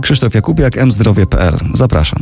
Krzysztof Jakubiak, mzdrowie.pl. Zapraszam.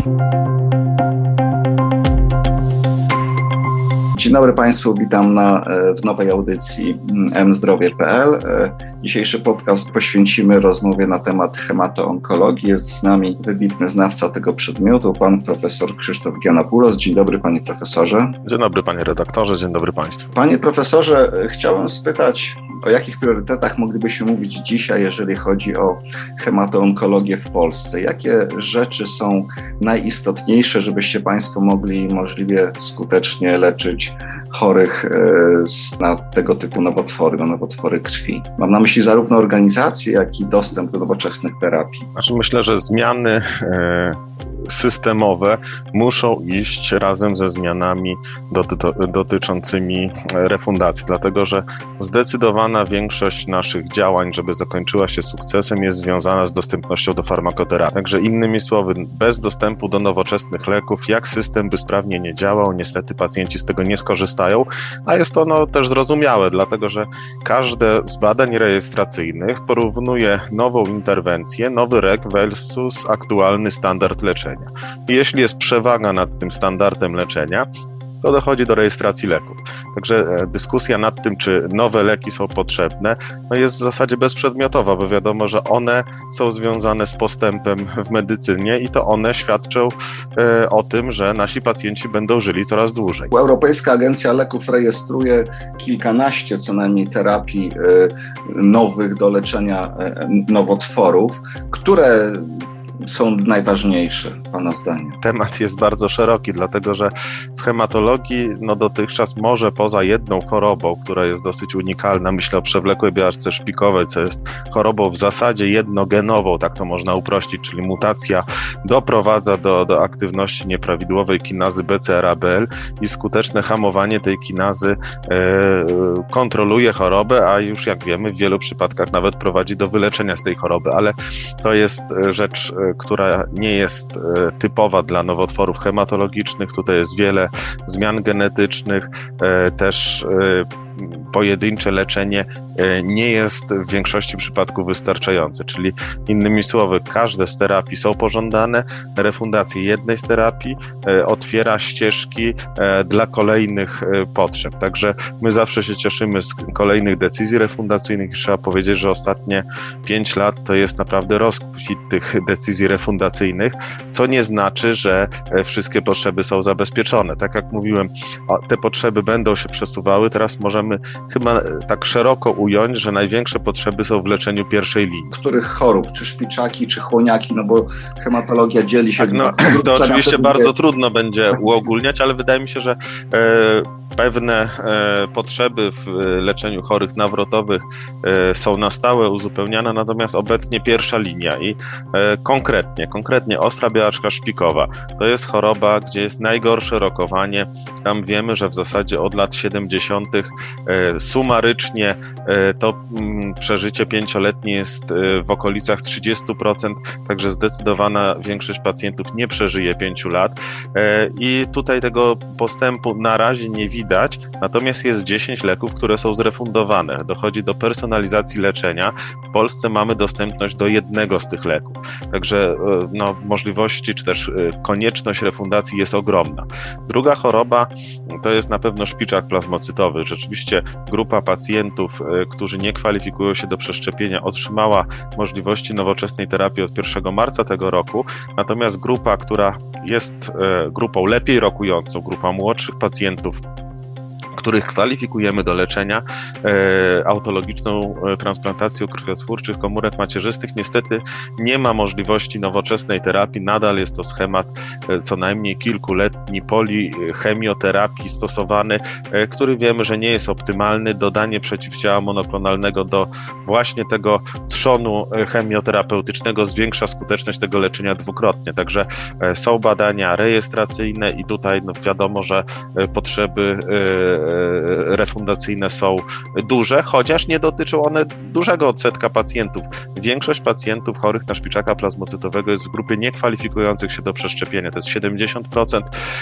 Dzień dobry Państwu, witam w nowej audycji mzdrowie.pl. Dzisiejszy podcast poświęcimy rozmowie na temat hematoonkologii. Jest z nami wybitny znawca tego przedmiotu, pan profesor Krzysztof Giannopoulos. Dzień dobry panie profesorze. Dzień dobry panie redaktorze, dzień dobry Państwu. Panie profesorze, chciałem spytać, o jakich priorytetach moglibyśmy mówić dzisiaj, jeżeli chodzi o hematoonkologię w Polsce? Jakie rzeczy są najistotniejsze, żebyście Państwo mogli możliwie skutecznie leczyć chorych na tego typu nowotwory, na nowotwory krwi? Mam na myśli zarówno organizację, jak i dostęp do nowoczesnych terapii. Myślę, że zmiany systemowe muszą iść razem ze zmianami dotyczącymi refundacji, dlatego że zdecydowana większość naszych działań, żeby zakończyła się sukcesem, jest związana z dostępnością do farmakoterapii. Także innymi słowy, bez dostępu do nowoczesnych leków, jak system by sprawnie nie działał, niestety pacjenci z tego nie skorzystają, a jest to też zrozumiałe, dlatego że każde z badań rejestracyjnych porównuje nową interwencję, nowy lek versus aktualny standard leczenia. I jeśli jest przewaga nad tym standardem leczenia, to dochodzi do rejestracji leków. Także dyskusja nad tym, czy nowe leki są potrzebne, jest w zasadzie bezprzedmiotowa, bo wiadomo, że one są związane z postępem w medycynie i to one świadczą o tym, że nasi pacjenci będą żyli coraz dłużej. Europejska Agencja Leków rejestruje kilkanaście co najmniej terapii nowych do leczenia nowotworów, które są najważniejsze, pana zdaniem? Temat jest bardzo szeroki, dlatego że w hematologii dotychczas może poza jedną chorobą, która jest dosyć unikalna, myślę o przewlekłej biażce szpikowej, co jest chorobą w zasadzie jednogenową, tak to można uprościć, czyli mutacja doprowadza do aktywności nieprawidłowej kinazy BCR-ABL i skuteczne hamowanie tej kinazy kontroluje chorobę, a już jak wiemy w wielu przypadkach nawet prowadzi do wyleczenia z tej choroby, ale to jest rzecz, która nie jest typowa dla nowotworów hematologicznych. Tutaj jest wiele zmian genetycznych, też pojedyncze leczenie nie jest w większości przypadków wystarczające, czyli innymi słowy, każde z terapii są pożądane, refundacja jednej z terapii otwiera ścieżki dla kolejnych potrzeb. Także my zawsze się cieszymy z kolejnych decyzji refundacyjnych i trzeba powiedzieć, że ostatnie 5 lat to jest naprawdę rozkwit tych decyzji refundacyjnych, co nie znaczy, że wszystkie potrzeby są zabezpieczone. Tak jak mówiłem, te potrzeby będą się przesuwały, teraz możemy chyba tak szeroko ująć, że największe potrzeby są w leczeniu pierwszej linii. Których chorób? Czy szpiczaki, czy chłoniaki? No bo hematologia dzieli się... To oczywiście bardzo trudno będzie uogólniać, ale wydaje mi się, że pewne potrzeby w leczeniu chorych nawrotowych są na stałe uzupełniane, natomiast obecnie pierwsza linia i konkretnie ostra białaczka szpikowa to jest choroba, gdzie jest najgorsze rokowanie. Tam wiemy, że w zasadzie od lat 70. sumarycznie to przeżycie 5-letnie jest w okolicach 30%, także zdecydowana większość pacjentów nie przeżyje 5 lat i tutaj tego postępu na razie nie widać, natomiast jest 10 leków, które są zrefundowane. Dochodzi do personalizacji leczenia. W Polsce mamy dostępność do jednego z tych leków, także możliwości czy też konieczność refundacji jest ogromna. Druga choroba to jest na pewno szpiczak plazmocytowy. Rzeczywiście grupa pacjentów, którzy nie kwalifikują się do przeszczepienia, otrzymała możliwości nowoczesnej terapii od 1 marca tego roku, natomiast grupa, która jest grupą lepiej rokującą, grupa młodszych pacjentów, których kwalifikujemy do leczenia autologiczną transplantacją krwiotwórczych komórek macierzystych, niestety nie ma możliwości nowoczesnej terapii. Nadal jest to schemat co najmniej kilkuletni polichemioterapii stosowany, który wiemy, że nie jest optymalny. Dodanie przeciwciała monoklonalnego do właśnie tego trzonu chemioterapeutycznego zwiększa skuteczność tego leczenia dwukrotnie. Także są badania rejestracyjne i tutaj wiadomo, że potrzeby refundacyjne są duże, chociaż nie dotyczą one dużego odsetka pacjentów. Większość pacjentów chorych na szpiczaka plazmocytowego jest w grupie niekwalifikujących się do przeszczepienia. To jest 70%,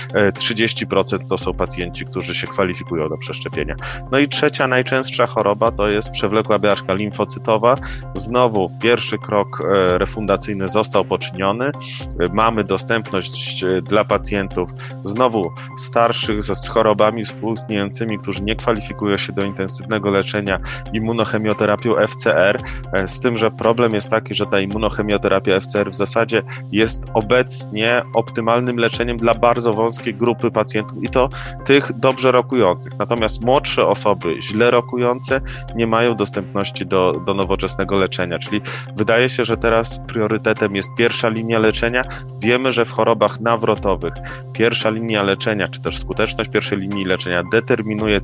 30% to są pacjenci, którzy się kwalifikują do przeszczepienia. No i trzecia, najczęstsza choroba to jest przewlekła białaczka limfocytowa. Znowu pierwszy krok refundacyjny został poczyniony. Mamy dostępność dla pacjentów znowu starszych z chorobami współistniejącymi, którzy nie kwalifikują się do intensywnego leczenia immunochemioterapią FCR, z tym, że problem jest taki, że ta immunochemioterapia FCR w zasadzie jest obecnie optymalnym leczeniem dla bardzo wąskiej grupy pacjentów i to tych dobrze rokujących. Natomiast młodsze osoby, źle rokujące, nie mają dostępności do nowoczesnego leczenia, czyli wydaje się, że teraz priorytetem jest pierwsza linia leczenia. Wiemy, że w chorobach nawrotowych pierwsza linia leczenia, czy też skuteczność pierwszej linii leczenia determinuje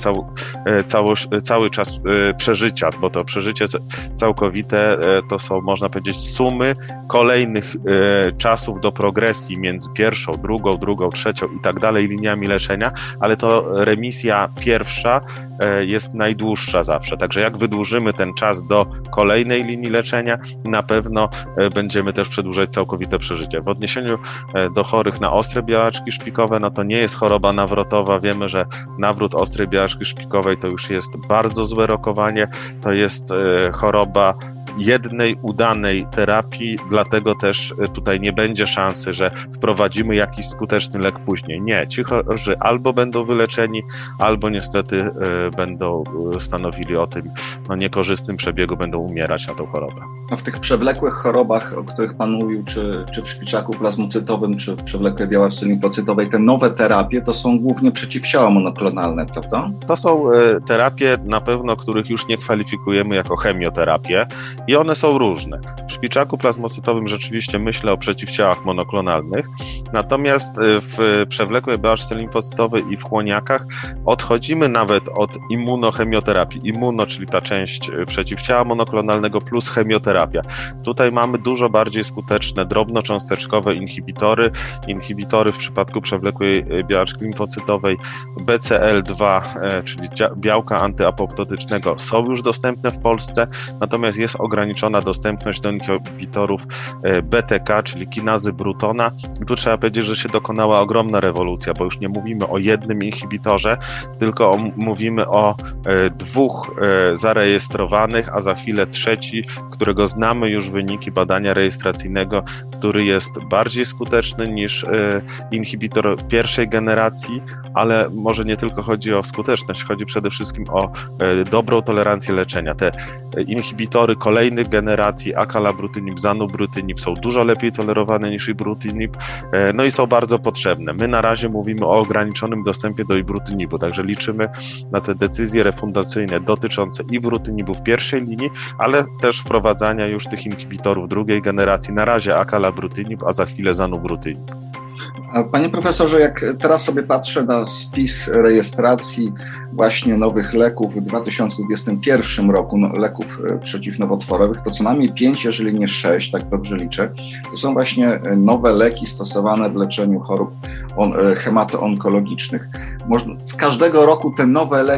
cały czas przeżycia, bo to przeżycie całkowite to są, można powiedzieć, sumy kolejnych czasów do progresji między pierwszą, drugą, trzecią i tak dalej liniami leczenia, ale to remisja pierwsza jest najdłuższa zawsze. Także jak wydłużymy ten czas do kolejnej linii leczenia, na pewno będziemy też przedłużać całkowite przeżycie. W odniesieniu do chorych na ostre białaczki szpikowe, no to nie jest choroba nawrotowa. Wiemy, że nawrót ostrej białaczki szpikowej to już jest bardzo złe rokowanie. To jest choroba jednej udanej terapii, dlatego też tutaj nie będzie szansy, że wprowadzimy jakiś skuteczny lek później. Nie, ci chorzy albo będą wyleczeni, albo niestety będą stanowili o tym niekorzystnym przebiegu, będą umierać na tą chorobę. A w tych przewlekłych chorobach, o których Pan mówił, czy w szpiczaku plazmocytowym, czy w przewlekłej białaczce limfocytowej, te nowe terapie to są głównie przeciwciała monoklonalne, prawda? To są terapie na pewno, których już nie kwalifikujemy jako chemioterapię i one są różne. W szpiczaku plazmocytowym rzeczywiście myślę o przeciwciałach monoklonalnych, natomiast w przewlekłej białaczce limfocytowej i w chłoniakach odchodzimy nawet od immunochemioterapii. Immuno, czyli ta część przeciwciała monoklonalnego plus chemioterapia. Tutaj mamy dużo bardziej skuteczne drobnocząsteczkowe inhibitory. Inhibitory w przypadku przewlekłej białaczki limfocytowej BCL2, czyli białka antyapoptotycznego, są już dostępne w Polsce, natomiast jest ograniczona dostępność do inhibitorów BTK, czyli kinazy Brutona. I tu trzeba powiedzieć, że się dokonała ogromna rewolucja, bo już nie mówimy o jednym inhibitorze, tylko mówimy o dwóch zarejestrowanych, a za chwilę trzeci, którego znamy już wyniki badania rejestracyjnego, który jest bardziej skuteczny niż inhibitor pierwszej generacji, ale może nie tylko chodzi o skuteczność, chodzi przede wszystkim o dobrą tolerancję leczenia. Te inhibitory kolejnych generacji, acalabrutinib, zanubrutinib są dużo lepiej tolerowane niż ibrutinib, no i są bardzo potrzebne. My na razie mówimy o ograniczonym dostępie do ibrutinibu, także liczymy na te decyzje refundacyjne dotyczące ibrutinibu w pierwszej linii, ale też wprowadzania już tych inhibitorów drugiej generacji, na razie acalabrutinib, a za chwilę zanubrutinib. Panie profesorze, jak teraz sobie patrzę na spis rejestracji właśnie nowych leków w 2021 roku, leków przeciwnowotworowych, to co najmniej 5, jeżeli nie 6, tak dobrze liczę, to są właśnie nowe leki stosowane w leczeniu chorób hematoonkologicznych. Z każdego roku te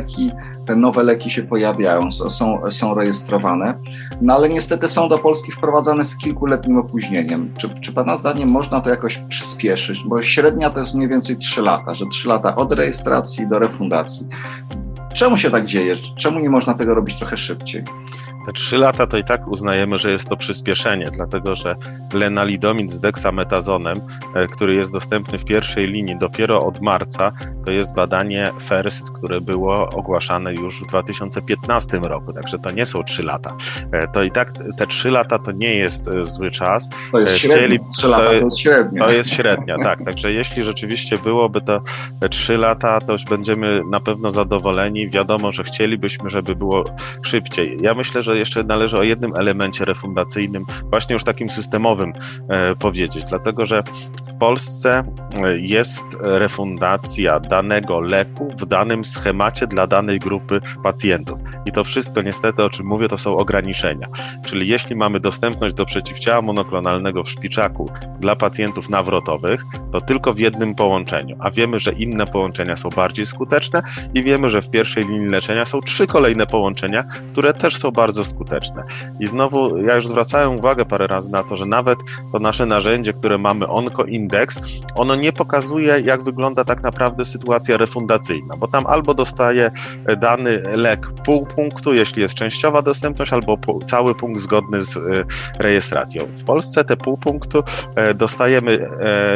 nowe leki się pojawiają, są rejestrowane, no ale niestety są do Polski wprowadzane z kilkuletnim opóźnieniem. Czy Pana zdaniem można to jakoś przyspieszyć? Bo średnia to jest mniej więcej 3 lata, że 3 lata od rejestracji do refundacji. Czemu się tak dzieje? Czemu nie można tego robić trochę szybciej? Te 3 lata to i tak uznajemy, że jest to przyspieszenie, dlatego że lenalidomid z deksametazonem, który jest dostępny w pierwszej linii dopiero od marca, to jest badanie FIRST, które było ogłaszane już w 2015 roku, także to nie są 3 lata. To i tak te 3 lata to nie jest zły czas. To jest średnia, 3 lata to jest średnia. To jest średnia, tak, także jeśli rzeczywiście byłoby to te 3 lata, to już będziemy na pewno zadowoleni. Wiadomo, że chcielibyśmy, żeby było szybciej. Ja myślę, że może jeszcze należy o jednym elemencie refundacyjnym, właśnie już takim systemowym powiedzieć, dlatego że w Polsce jest refundacja danego leku w danym schemacie dla danej grupy pacjentów. I to wszystko niestety, o czym mówię, to są ograniczenia. Czyli jeśli mamy dostępność do przeciwciała monoklonalnego w szpiczaku dla pacjentów nawrotowych, to tylko w jednym połączeniu, a wiemy, że inne połączenia są bardziej skuteczne i wiemy, że w pierwszej linii leczenia są 3 kolejne połączenia, które też są bardzo skuteczne. I znowu, ja już zwracałem uwagę parę razy na to, że nawet to nasze narzędzie, które mamy OncoIndex, ono nie pokazuje, jak wygląda tak naprawdę sytuacja refundacyjna, bo tam albo dostaje dany lek pół punktu, jeśli jest częściowa dostępność, albo cały punkt zgodny z rejestracją. W Polsce te pół punktu dostajemy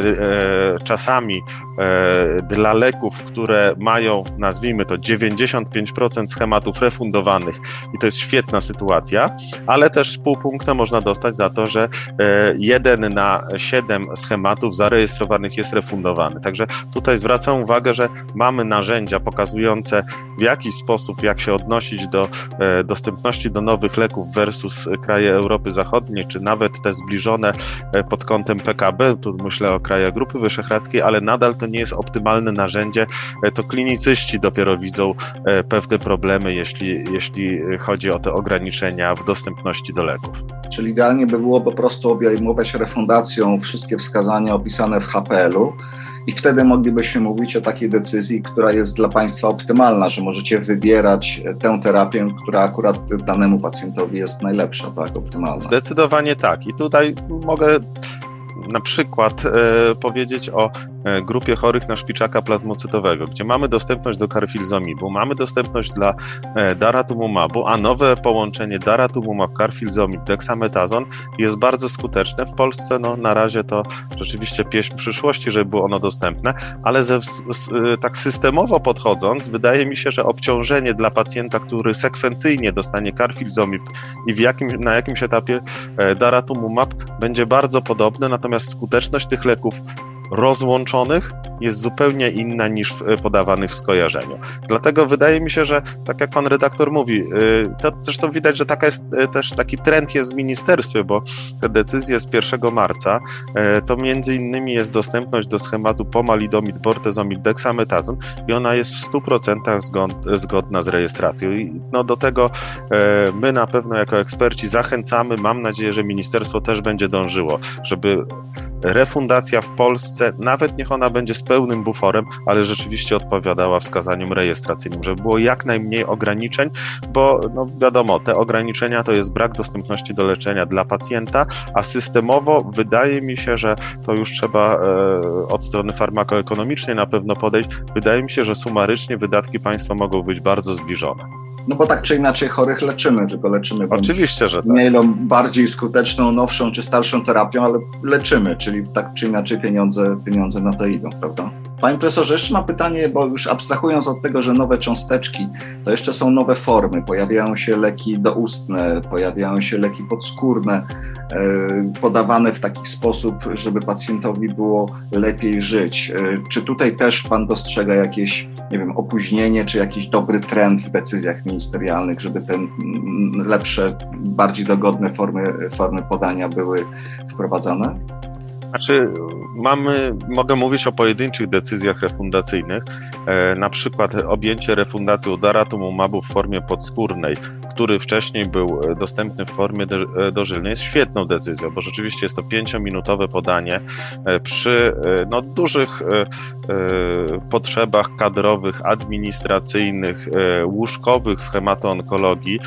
czasami dla leków, które mają, nazwijmy to, 95% schematów refundowanych i to jest świetna sytuacja, ale też pół punkta można dostać za to, że 1 na 7 schematów zarejestrowanych jest refundowany. Także tutaj zwracam uwagę, że mamy narzędzia pokazujące, w jaki sposób, jak się odnosić do dostępności do nowych leków versus kraje Europy Zachodniej, czy nawet te zbliżone pod kątem PKB, tu myślę o krajach Grupy Wyszehradzkiej, ale nadal to nie jest optymalne narzędzie, to klinicyści dopiero widzą pewne problemy, jeśli chodzi o te ograniczenia w dostępności do leków. Czyli idealnie by było po prostu obejmować refundacją wszystkie wskazania opisane w HPL-u i wtedy moglibyśmy mówić o takiej decyzji, która jest dla Państwa optymalna, że możecie wybierać tę terapię, która akurat danemu pacjentowi jest najlepsza, tak, optymalna. Zdecydowanie tak. I tutaj mogę na przykład powiedzieć o grupie chorych na szpiczaka plazmocytowego, gdzie mamy dostępność do carfilzomibu, mamy dostępność dla daratumumabu, a nowe połączenie daratumumab, carfilzomib, dexametazon jest bardzo skuteczne. W Polsce na razie to rzeczywiście pieśń przyszłości, żeby było ono dostępne, ale tak systemowo podchodząc, wydaje mi się, że obciążenie dla pacjenta, który sekwencyjnie dostanie carfilzomib i na jakimś etapie daratumumab będzie bardzo podobne, natomiast skuteczność tych leków rozłączonych jest zupełnie inna niż podawanych w skojarzeniu. Dlatego wydaje mi się, że tak jak pan redaktor mówi, to zresztą widać, że też taki trend jest w ministerstwie, bo te decyzje z 1 marca to między innymi jest dostępność do schematu pomalidomid, bortezomib, dexametazon i ona jest w 100% zgodna z rejestracją. I do tego my na pewno jako eksperci zachęcamy, mam nadzieję, że ministerstwo też będzie dążyło, żeby refundacja w Polsce, nawet niech ona będzie z pełnym buforem, ale rzeczywiście odpowiadała wskazaniom rejestracyjnym, żeby było jak najmniej ograniczeń, bo wiadomo, te ograniczenia to jest brak dostępności do leczenia dla pacjenta, a systemowo wydaje mi się, że to już trzeba od strony farmakoekonomicznej na pewno podejść. Wydaje mi się, że sumarycznie wydatki państwa mogą być bardzo zbliżone. No bo tak czy inaczej chorych leczymy, tylko leczymy oczywiście, że tak. Mniej lub bardziej skuteczną, nowszą czy starszą terapią, ale leczymy, czyli tak czy inaczej pieniądze na to idą, prawda? Panie profesorze, jeszcze mam pytanie, bo już abstrahując od tego, że nowe cząsteczki, to jeszcze są nowe formy, pojawiają się leki doustne, pojawiają się leki podskórne, podawane w taki sposób, żeby pacjentowi było lepiej żyć. Czy tutaj też pan dostrzega jakieś, opóźnienie, czy jakiś dobry trend w decyzjach ministerialnych, żeby te lepsze, bardziej dogodne formy podania były wprowadzane? Mogę mówić o pojedynczych decyzjach refundacyjnych, na przykład objęcie refundacją daratumumabu w formie podskórnej, który wcześniej był dostępny w formie dożylnej, jest świetną decyzją, bo rzeczywiście jest to 5-minutowe podanie przy dużych potrzebach kadrowych, administracyjnych, łóżkowych w hematoonkologii.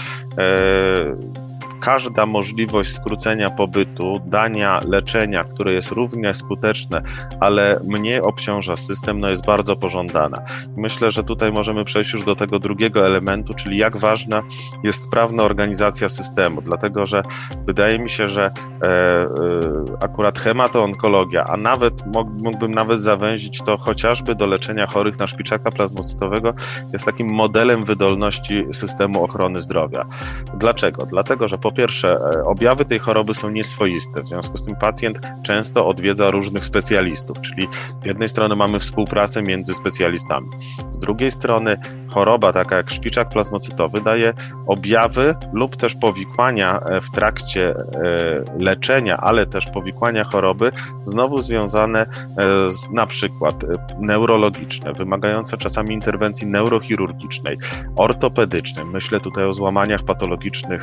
Każda możliwość skrócenia pobytu, dania leczenia, które jest równie skuteczne, ale mniej obciąża system, jest bardzo pożądana. Myślę, że tutaj możemy przejść już do tego drugiego elementu, czyli jak ważna jest sprawna organizacja systemu, dlatego że wydaje mi się, że akurat hematoonkologia, a mógłbym nawet zawęzić to chociażby do leczenia chorych na szpiczaka plazmocytowego, jest takim modelem wydolności systemu ochrony zdrowia. Dlaczego? Dlatego, że po pierwsze, objawy tej choroby są nieswoiste, w związku z tym pacjent często odwiedza różnych specjalistów, czyli z jednej strony mamy współpracę między specjalistami, z drugiej strony choroba taka jak szpiczak plazmocytowy daje objawy lub też powikłania w trakcie leczenia, ale też powikłania choroby znowu związane z na przykład neurologiczne, wymagające czasami interwencji neurochirurgicznej, ortopedycznej. Myślę tutaj o złamaniach patologicznych.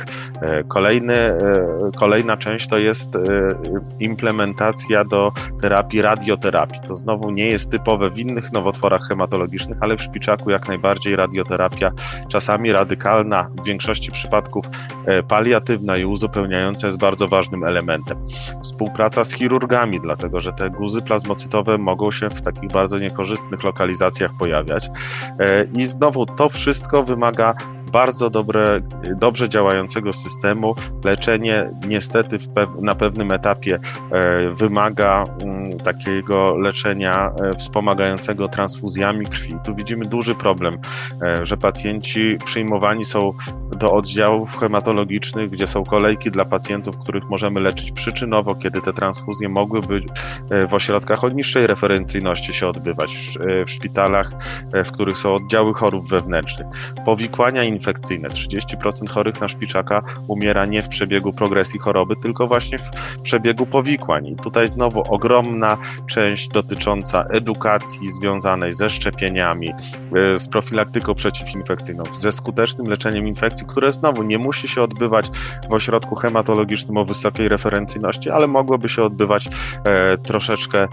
Kolejna część to jest implementacja do terapii radioterapii. To znowu nie jest typowe w innych nowotworach hematologicznych, ale w szpiczaku jak najbardziej radioterapia, czasami radykalna, w większości przypadków paliatywna i uzupełniająca jest bardzo ważnym elementem. Współpraca z chirurgami, dlatego że te guzy plazmocytowe mogą się w takich bardzo niekorzystnych lokalizacjach pojawiać. I znowu to wszystko wymaga bardzo dobrze działającego systemu. Leczenie niestety na pewnym etapie wymaga takiego leczenia wspomagającego transfuzjami krwi. Tu widzimy duży problem, że pacjenci przyjmowani są do oddziałów hematologicznych, gdzie są kolejki dla pacjentów, których możemy leczyć przyczynowo, kiedy te transfuzje mogłyby w ośrodkach o niższej referencyjności się odbywać, w szpitalach, w których są oddziały chorób wewnętrznych. Powikłania infekcyjne. 30% chorych na szpiczaka umiera nie w przebiegu progresji choroby, tylko właśnie w przebiegu powikłań. I tutaj znowu ogromna część dotycząca edukacji związanej ze szczepieniami, z profilaktyką przeciwinfekcyjną, ze skutecznym leczeniem infekcji, które znowu nie musi się odbywać w ośrodku hematologicznym o wysokiej referencyjności, ale mogłoby się odbywać troszeczkę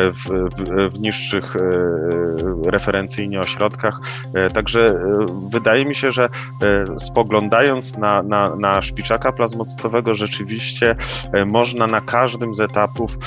w niższych referencyjnie ośrodkach. Także wydaje mi się, że spoglądając na szpiczaka plazmocytowego, rzeczywiście można na każdym z etapów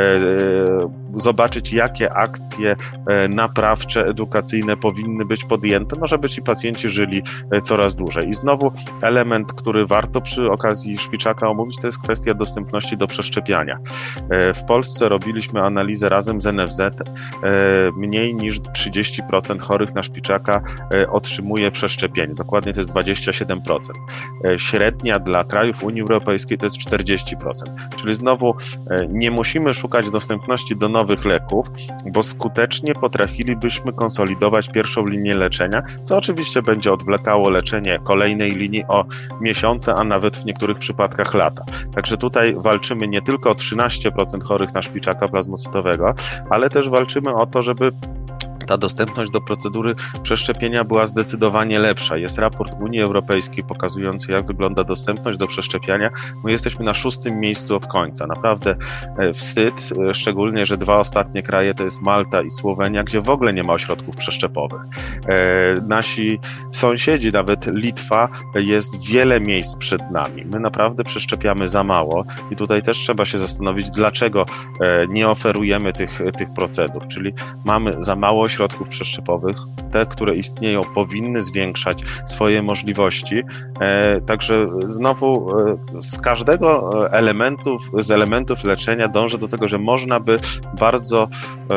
zobaczyć, jakie akcje naprawcze, edukacyjne powinny być podjęte, no żeby ci pacjenci żyli coraz dłużej. I znowu element, który warto przy okazji szpiczaka omówić, to jest kwestia dostępności do przeszczepiania. W Polsce robiliśmy analizę razem z NFZ. Mniej niż 30% chorych na szpiczaka otrzymuje przeszczepienie. Dokładnie to jest 27%. Średnia dla krajów Unii Europejskiej to jest 40%. Czyli znowu nie musimy szukać dostępności do nowych leków, bo skutecznie potrafilibyśmy konsolidować pierwszą linię leczenia, co oczywiście będzie odwlekało leczenie kolejnej linii o miesiące, a nawet w niektórych przypadkach lata. Także tutaj walczymy nie tylko o 13% chorych na szpiczaka plazmocytowego, ale też walczymy o to, żeby ta dostępność do procedury przeszczepienia była zdecydowanie lepsza. Jest raport Unii Europejskiej pokazujący, jak wygląda dostępność do przeszczepiania. My jesteśmy na 6. miejscu od końca. Naprawdę wstyd, szczególnie, że 2 ostatnie kraje to jest Malta i Słowenia, gdzie w ogóle nie ma ośrodków przeszczepowych. Nasi sąsiedzi, nawet Litwa, jest wiele miejsc przed nami. My naprawdę przeszczepiamy za mało i tutaj też trzeba się zastanowić, dlaczego nie oferujemy tych procedur. Czyli mamy za mało ośrodków przeszczepowych, te, które istnieją, powinny zwiększać swoje możliwości. Także znowu z każdego z elementów leczenia dążę do tego, że można by bardzo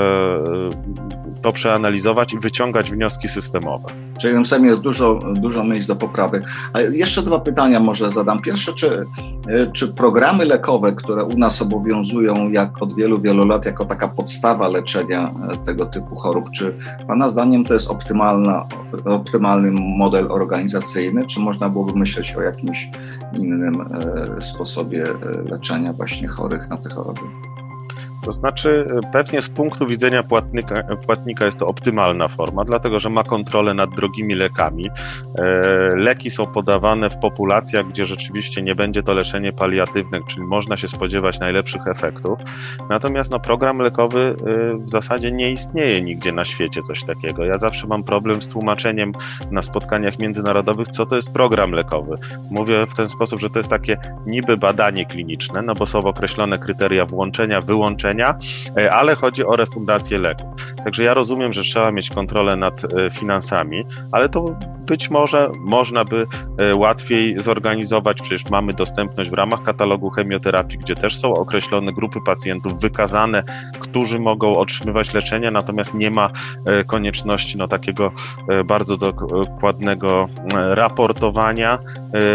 to przeanalizować i wyciągać wnioski systemowe. Czyli tym samym jest dużo miejsc do poprawy. A jeszcze 2 pytania może zadam. Pierwsze, czy programy lekowe, które u nas obowiązują od wielu lat jako taka podstawa leczenia tego typu chorób, czy Pana zdaniem to jest optymalny model organizacyjny, czy można byłoby myśleć o jakimś innym sposobie leczenia właśnie chorych na te choroby? To znaczy, pewnie z punktu widzenia płatnika jest to optymalna forma, dlatego że ma kontrolę nad drogimi lekami. Leki są podawane w populacjach, gdzie rzeczywiście nie będzie to leczenie paliatywne, czyli można się spodziewać najlepszych efektów. Natomiast program lekowy w zasadzie nie istnieje nigdzie na świecie coś takiego. Ja zawsze mam problem z tłumaczeniem na spotkaniach międzynarodowych, co to jest program lekowy. Mówię w ten sposób, że to jest takie niby badanie kliniczne, bo są określone kryteria włączenia, wyłączenia, ale chodzi o refundację leków. Także ja rozumiem, że trzeba mieć kontrolę nad finansami, ale to być może można by łatwiej zorganizować. Przecież mamy dostępność w ramach katalogu chemioterapii, gdzie też są określone grupy pacjentów wykazane, którzy mogą otrzymywać leczenie, natomiast nie ma konieczności takiego bardzo dokładnego raportowania.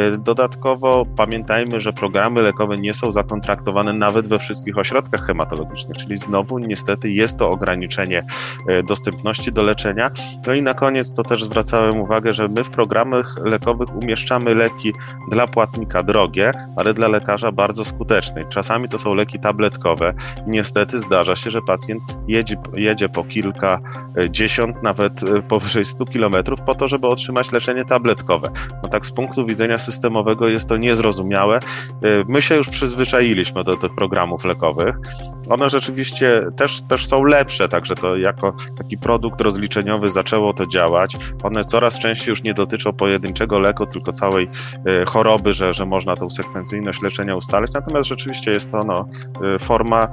Dodatkowo pamiętajmy, że programy lekowe nie są zakontraktowane nawet we wszystkich ośrodkach hematologicznych. hematologicznych, czyli znowu niestety jest to ograniczenie dostępności do leczenia. No i na koniec to też zwracałem uwagę, że my w programach lekowych umieszczamy leki dla płatnika drogie, ale dla lekarza bardzo skuteczne. Czasami to są leki tabletkowe i niestety zdarza się, że pacjent jedzie po kilkadziesiąt, nawet powyżej 100 kilometrów po to, żeby otrzymać leczenie tabletkowe. No tak z punktu widzenia systemowego jest to niezrozumiałe. My się już przyzwyczailiśmy do tych programów lekowych. One rzeczywiście też są lepsze, także to jako taki produkt rozliczeniowy zaczęło to działać. One coraz częściej już nie dotyczą pojedynczego leku, tylko całej choroby, że można tą sekwencyjność leczenia ustalać. Natomiast rzeczywiście jest to forma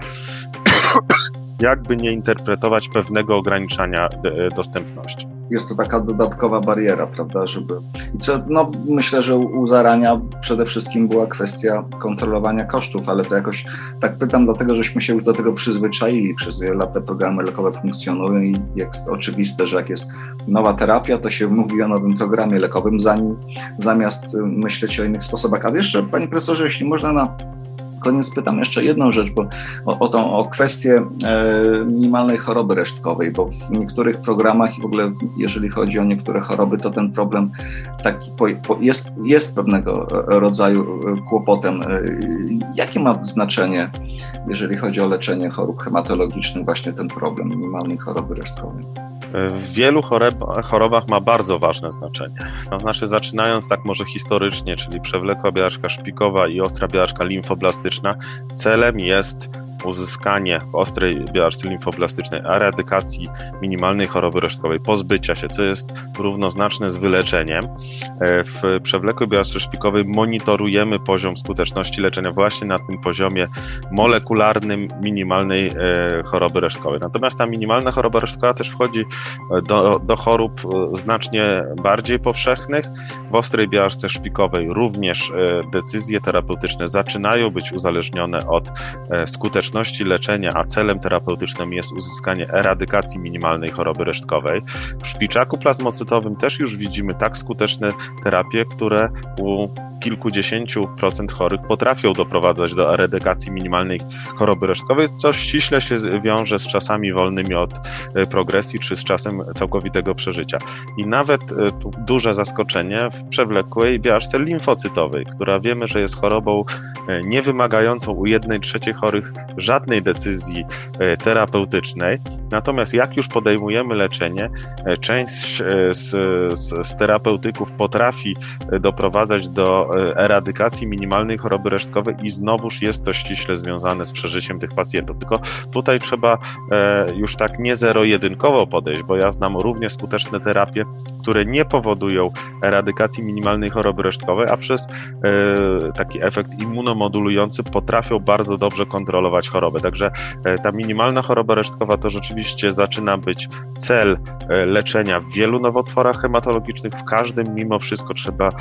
jakby nie interpretować pewnego ograniczania dostępności. Jest to taka dodatkowa bariera, prawda, myślę, że u zarania przede wszystkim była kwestia kontrolowania kosztów, ale to jakoś tak pytam, dlatego żeśmy się już do tego przyzwyczaili. Przez wiele lat te programy lekowe funkcjonują i jest oczywiste, że jak jest nowa terapia, to się mówi o nowym programie lekowym, zamiast myśleć o innych sposobach. A jeszcze, panie profesorze, jeśli można na koniec pytam jeszcze jedną rzecz, bo o kwestię minimalnej choroby resztkowej, bo w niektórych programach i w ogóle jeżeli chodzi o niektóre choroby, to ten problem taki jest pewnego rodzaju kłopotem. Jakie ma znaczenie, jeżeli chodzi o leczenie chorób hematologicznych, właśnie ten problem minimalnej choroby resztkowej? W wielu chorobach ma bardzo ważne znaczenie. To znaczy, zaczynając tak może historycznie, czyli przewlekła białaczka szpikowa i ostra białaczka limfoblastyczna, celem jest uzyskanie w ostrej białaczce limfoblastycznej eradykacji minimalnej choroby resztkowej, pozbycia się, co jest równoznaczne z wyleczeniem. W przewlekłej białaczce szpikowej monitorujemy poziom skuteczności leczenia właśnie na tym poziomie molekularnym minimalnej choroby resztkowej. Natomiast ta minimalna choroba resztkowa też wchodzi do chorób znacznie bardziej powszechnych. W ostrej białaczce szpikowej również decyzje terapeutyczne zaczynają być uzależnione od skuteczności leczenia, a celem terapeutycznym jest uzyskanie eradykacji minimalnej choroby resztkowej. W szpiczaku plazmocytowym też już widzimy tak skuteczne terapie, które u kilkudziesięciu procent chorych potrafią doprowadzać do eradykacji minimalnej choroby resztkowej, co ściśle się wiąże z czasami wolnymi od progresji, czy z czasem całkowitego przeżycia. I nawet duże zaskoczenie w przewlekłej białaczce limfocytowej, która wiemy, że jest chorobą niewymagającą u 1/3 chorych żadnej decyzji terapeutycznej. Natomiast jak już podejmujemy leczenie, część z terapeutyków potrafi doprowadzać do eradykacji minimalnej choroby resztkowej i znowuż jest to ściśle związane z przeżyciem tych pacjentów. Tylko tutaj trzeba już tak nie zero-jedynkowo podejść, bo ja znam równie skuteczne terapie, które nie powodują eradykacji minimalnej choroby resztkowej, a przez taki efekt immunomodulujący potrafią bardzo dobrze kontrolować chorobę. Także ta minimalna choroba resztkowa to rzeczywiście zaczyna być cel leczenia w wielu nowotworach hematologicznych. W każdym mimo wszystko trzeba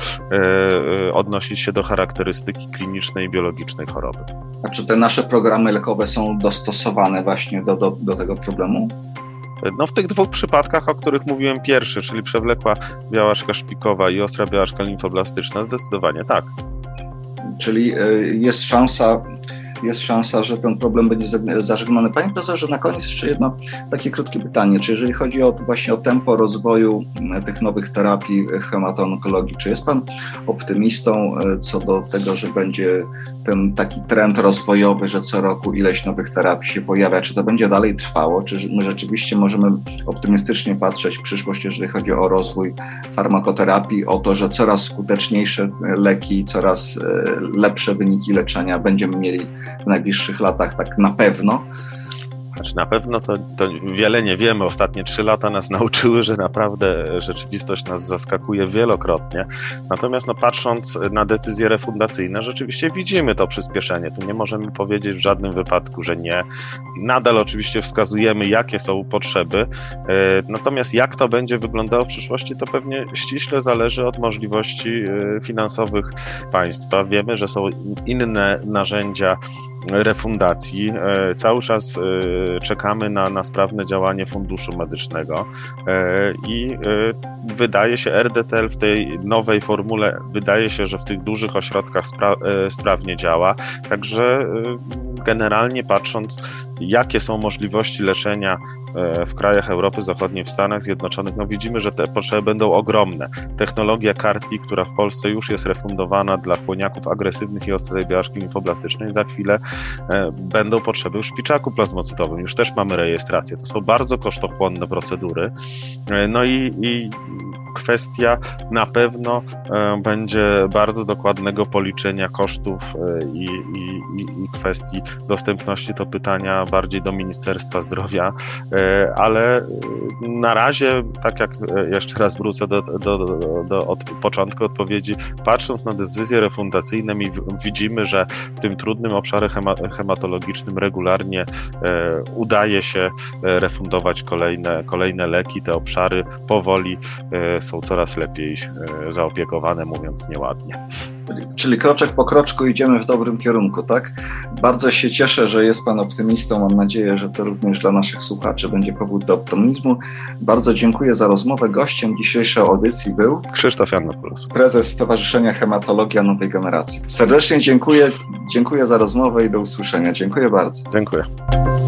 odnosić się do charakterystyki klinicznej i biologicznej choroby. A czy te nasze programy lekowe są dostosowane właśnie do tego problemu? No w tych dwóch przypadkach, o których mówiłem pierwszy, czyli przewlekła białaczka szpikowa i ostra białaczka limfoblastyczna, zdecydowanie tak. Czyli jest szansa, że ten problem będzie zażegnany. Panie profesorze, na koniec jeszcze jedno takie krótkie pytanie. Czy jeżeli chodzi właśnie o tempo rozwoju tych nowych terapii hematoonkologii, czy jest pan optymistą co do tego, że będzie ten taki trend rozwojowy, że co roku ileś nowych terapii się pojawia? Czy to będzie dalej trwało? Czy my rzeczywiście możemy optymistycznie patrzeć w przyszłość, jeżeli chodzi o rozwój farmakoterapii, o to, że coraz skuteczniejsze leki, coraz lepsze wyniki leczenia będziemy mieli w najbliższych latach, tak na pewno? Znaczy na pewno to wiele nie wiemy. Ostatnie 3 lata nas nauczyły, że naprawdę rzeczywistość nas zaskakuje wielokrotnie. Natomiast patrząc na decyzje refundacyjne, rzeczywiście widzimy to przyspieszenie. Tu nie możemy powiedzieć w żadnym wypadku, że nie. Nadal oczywiście wskazujemy, jakie są potrzeby. Natomiast jak to będzie wyglądało w przyszłości, to pewnie ściśle zależy od możliwości finansowych państwa. Wiemy, że są inne narzędzia refundacji. Cały czas czekamy na sprawne działanie Funduszu Medycznego i wydaje się, RDTL w tej nowej formule, wydaje się, że w tych dużych ośrodkach sprawnie działa, także generalnie patrząc, jakie są możliwości leczenia w krajach Europy Zachodniej, w Stanach Zjednoczonych, no widzimy, że te potrzeby będą ogromne. Technologia CAR-T, która w Polsce już jest refundowana dla chłoniaków agresywnych i ostrej białaczki limfoblastycznej, za chwilę będą potrzeby w szpiczaku plazmocytowym. Już też mamy rejestrację. To są bardzo kosztochłonne procedury. No i kwestia na pewno będzie bardzo dokładnego policzenia kosztów i kwestii dostępności, to pytania bardziej do Ministerstwa Zdrowia, ale na razie, tak jak jeszcze raz wrócę od początku odpowiedzi, patrząc na decyzje refundacyjne, widzimy, że w tym trudnym obszarze hematologicznym regularnie udaje się refundować kolejne leki. Te obszary powoli są coraz lepiej zaopiekowane, mówiąc nieładnie. Czyli kroczek po kroczku idziemy w dobrym kierunku, tak? Bardzo się cieszę, że jest Pan optymistą. Mam nadzieję, że to również dla naszych słuchaczy będzie powód do optymizmu. Bardzo dziękuję za rozmowę. Gościem dzisiejszej audycji był Krzysztof Jannopoulos, prezes Stowarzyszenia Hematologia Nowej Generacji. Serdecznie dziękuję za rozmowę i do usłyszenia. Dziękuję bardzo. Dziękuję.